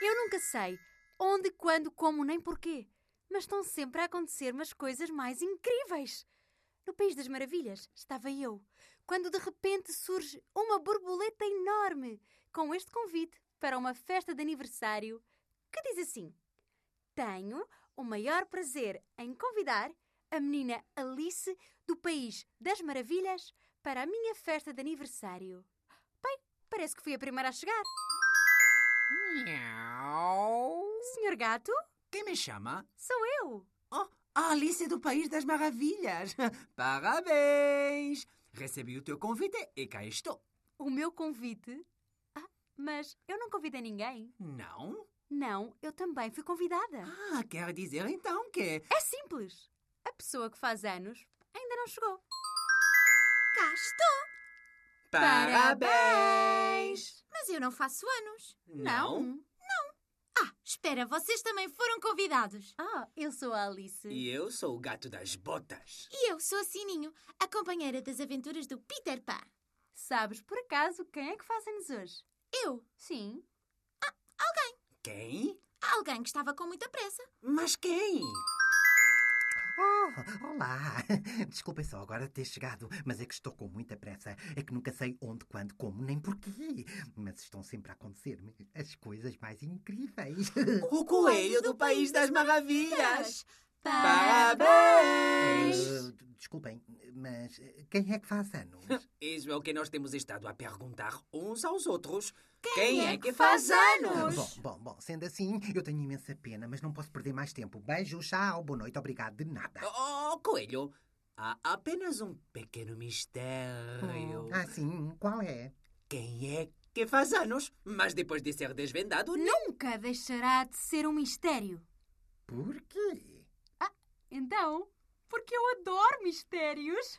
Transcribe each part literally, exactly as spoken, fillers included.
Eu nunca sei onde, quando, como, nem porquê. Mas estão sempre a acontecer umas coisas mais incríveis. No País das Maravilhas estava eu, quando de repente surge uma borboleta enorme com este convite para uma festa de aniversário que diz assim: tenho o maior prazer em convidar a menina Alice do País das Maravilhas para a minha festa de aniversário. Bem, parece que fui a primeira a chegar. Miau. Senhor Gato? Quem me chama? Sou eu. Oh, a Alice do País das Maravilhas. Parabéns! Recebi o teu convite e cá estou. O meu convite? Ah, mas eu não convidei ninguém. Não? Não, eu também fui convidada. Ah, quer dizer então que... É simples. A pessoa que faz anos ainda não chegou. Cá estou. Parabéns! Mas eu não faço anos. Não? Ah, espera, vocês também foram convidados. Ah, eu sou a Alice. E eu sou o gato das botas. E eu sou a Sininho, a companheira das aventuras do Peter Pan. Sabes, por acaso, quem é que faz anos hoje? Eu? Sim. Quem? Alguém que estava com muita pressa. Mas quem? Oh, olá! Desculpem só agora ter chegado, mas é que estou com muita pressa. É que nunca sei onde, quando, como, nem porquê. Mas estão sempre a acontecer-me as coisas mais incríveis. O coelho do País das Maravilhas! Parabéns! Uh, desculpem, mas quem é que faz anos? Isso é o que nós temos estado a perguntar uns aos outros. Quem é que faz anos? Bom, bom, bom, sendo assim, eu tenho imensa pena, mas não posso perder mais tempo. Beijo, tchau, boa noite, obrigado, de nada. Oh, coelho, há apenas um pequeno mistério. Ah, sim, qual é? Quem é que faz anos? Mas depois de ser desvendado, Nunca deixará de ser um mistério. Por quê? Então, porque eu adoro mistérios.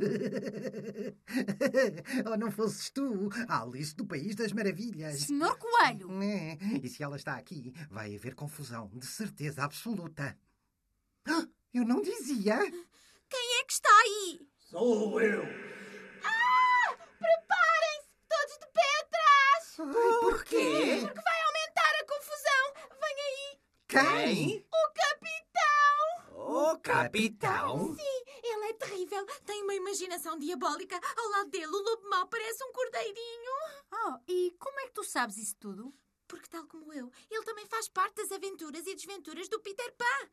Oh, não fosses tu, a Alice do País das Maravilhas. Senhor Coelho! É, e se ela está aqui, vai haver confusão, de certeza absoluta. Ah, eu não dizia. Quem é que está aí? Sou eu! Ah! Preparem-se! Todos de pé atrás! Ai, por quê? Porque vai aumentar a confusão! Vem aí! Quem? O capitão! O capitão? Sim, ele é terrível. Tem uma imaginação diabólica. Ao lado dele, o lobo mau parece um cordeirinho. Oh, e como é que tu sabes isso tudo? Porque, tal como eu, ele também faz parte das aventuras e desventuras do Peter Pan.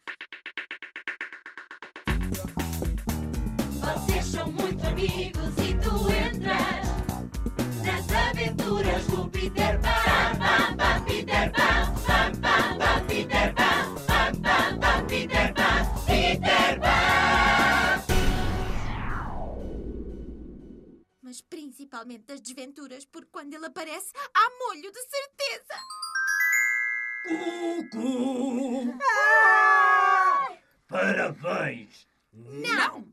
Vocês são muito amigos e tu entras nas aventuras do Peter Pan. Pam, pam, Peter Pan. Pam, pam, pam, Peter Pan. Pam, pam, pam, Peter Pan. Peter Pan. Mas principalmente das desventuras, porque quando ele aparece, há molho de certeza. Cucu! Parabéns! Não!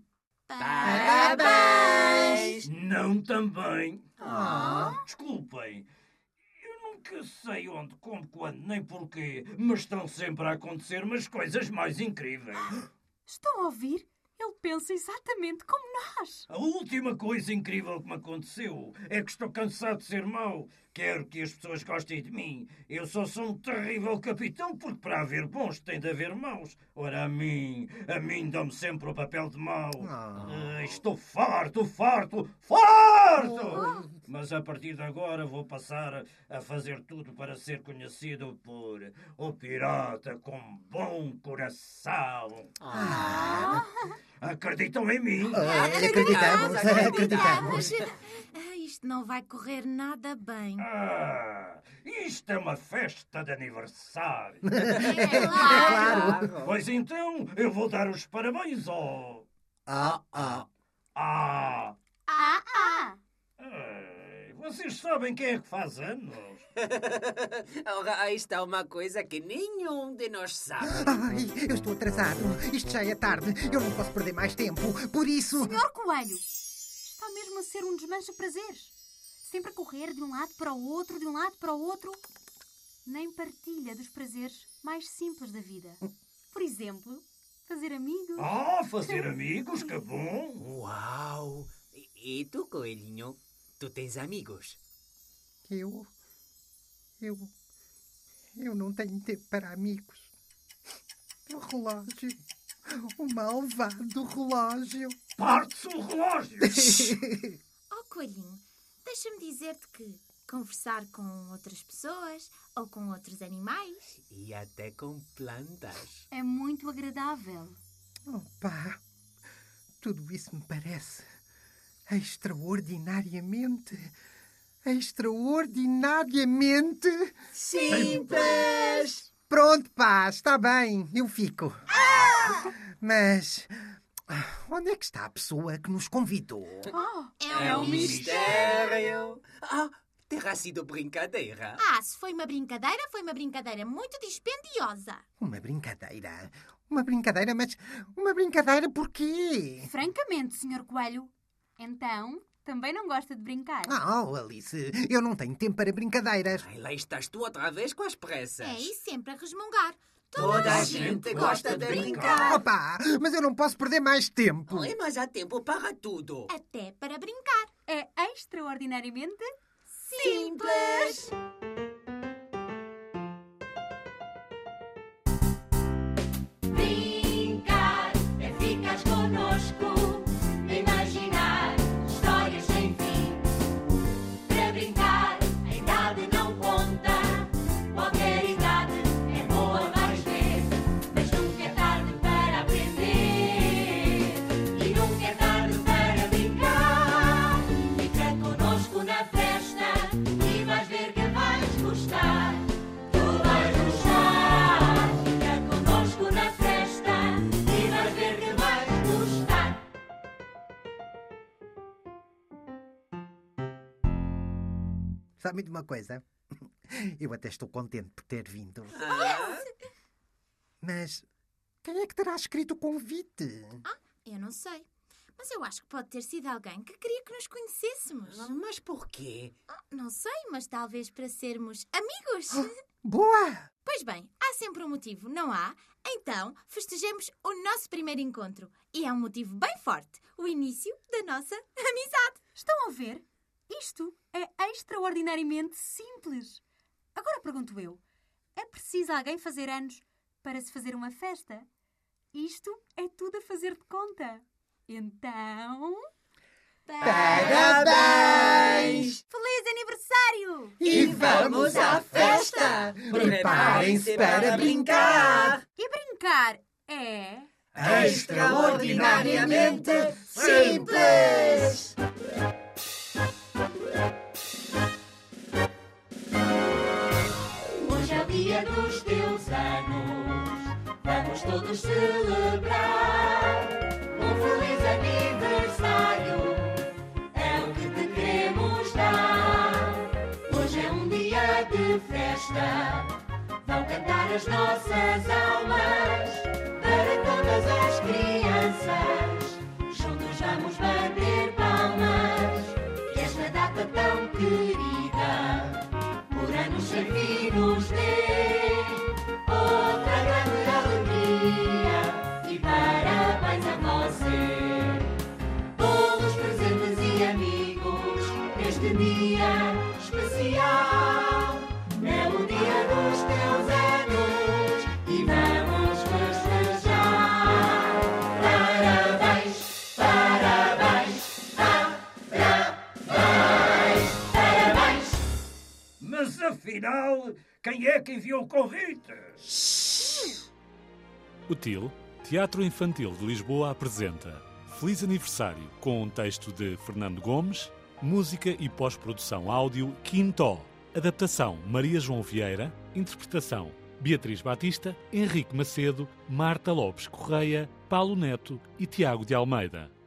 Parabéns! Não também. Ah. Desculpem. Eu nunca sei onde, como, quando, nem porquê, mas estão sempre a acontecer umas coisas mais incríveis. Estão a ouvir? Ele pensa exatamente como nós. A última coisa incrível que me aconteceu é que estou cansado de ser mau. Quero que as pessoas gostem de mim. Eu só sou um terrível capitão porque para haver bons tem de haver maus. Ora, a mim, a mim dão-me sempre o papel de mau. Ah. Ah, estou farto, farto, farto! Mas a partir de agora vou passar a fazer tudo para ser conhecido por o pirata com bom coração. Ah. Acreditam em mim? Ah, acreditamos, acreditamos. Ah, isto não vai correr nada bem. Ah, isto é uma festa de aniversário. É claro. Pois então, eu vou dar os parabéns ao... Ah, ah. Ah! Ah, ah! Ei, vocês sabem quem é que faz anos? Ora, aí está uma coisa que nenhum de nós sabe. Ai, eu estou atrasado. Isto já é tarde. Eu não posso perder mais tempo. Por isso... Senhor Coelho, está mesmo a ser um desmancha-prazeres. Sempre a correr de um lado para o outro, de um lado para o outro. Nem partilha dos prazeres mais simples da vida. Por exemplo, fazer amigos. Ah, fazer amigos, que bom! Uau! E, e tu, coelhinho? Tu tens amigos? Eu... Eu... eu não tenho tempo para amigos. O relógio. O malvado relógio. Parte-se o relógio! Oh, coelhinho, deixa-me dizer-te que conversar com outras pessoas ou com outros animais... E até com plantas. É muito agradável. Opa, tudo isso me parece extraordinariamente, extraordinariamente... Simples! Pronto, pá, está bem, eu fico. Ah! Mas onde é que está a pessoa que nos convidou? Oh, É, um mistério. Ah, terá sido brincadeira. Ah, se foi uma brincadeira, foi uma brincadeira muito dispendiosa. Uma brincadeira? Uma brincadeira, mas uma brincadeira por quê? francamente, senhor Coelho. Então, também não gosta de brincar? Oh, Alice, eu não tenho tempo para brincadeiras. Ai, lá estás tu outra vez com as pressas. É, e sempre a resmungar. Toda a gente gosta de brincar. Opa, mas eu não posso perder mais tempo. Ai, mas há tempo para tudo. Até para brincar. É extraordinariamente Simples! Brincar é ficar conosco, imaginar histórias sem fim. Para brincar, a idade não conta, qualquer idade é boa, vais ver. Mas nunca é tarde para aprender e nunca é tarde para brincar. Fica conosco na festa e vais ver que vais gostar. Tu vais gostar. Fica conosco na festa e vais ver que vais gostar. Sabe de uma coisa? Eu até estou contente por ter vindo. Ah, Mas quem é que terá escrito o convite? Eu não sei. Mas eu acho que pode ter sido alguém que queria que nos conhecêssemos. mas porquê? Não sei, mas talvez para sermos amigos. Boa! Pois bem, há sempre um motivo, não há? Então, festejemos o nosso primeiro encontro. E é um motivo bem forte. O início da nossa amizade. Estão a ver? Isto é extraordinariamente simples. Agora pergunto eu, é preciso alguém fazer anos para se fazer uma festa? Isto é tudo a fazer de conta. Então... Parabéns! Feliz aniversário! E vamos à festa! Preparem-se para brincar! E brincar é... Extraordinariamente simples! Hoje é o dia dos teus anos, vamos todos celebrar. Um feliz aniversário é o que te queremos dar. Hoje é um dia de festa, vão cantar as nossas almas. Para todas as crianças, juntos vamos bater palmas. Que esta data tão querida por anos sem fim nos dê outra grande alegria e parabéns a você. Todos presentes e amigos neste dia especial. É o dia dos teus anos e vamos festejar. Parabéns, parabéns, parabéns, parabéns. Mas afinal, quem é que enviou o convite? O T I L, Teatro Infantil de Lisboa, apresenta Feliz Aniversário, com um texto de Fernando Gomes, música e pós-produção áudio Quintó, adaptação Maria João Vieira, interpretação Beatriz Batista, Henrique Macedo, Marta Lopes Correia, Paulo Neto e Tiago de Almeida.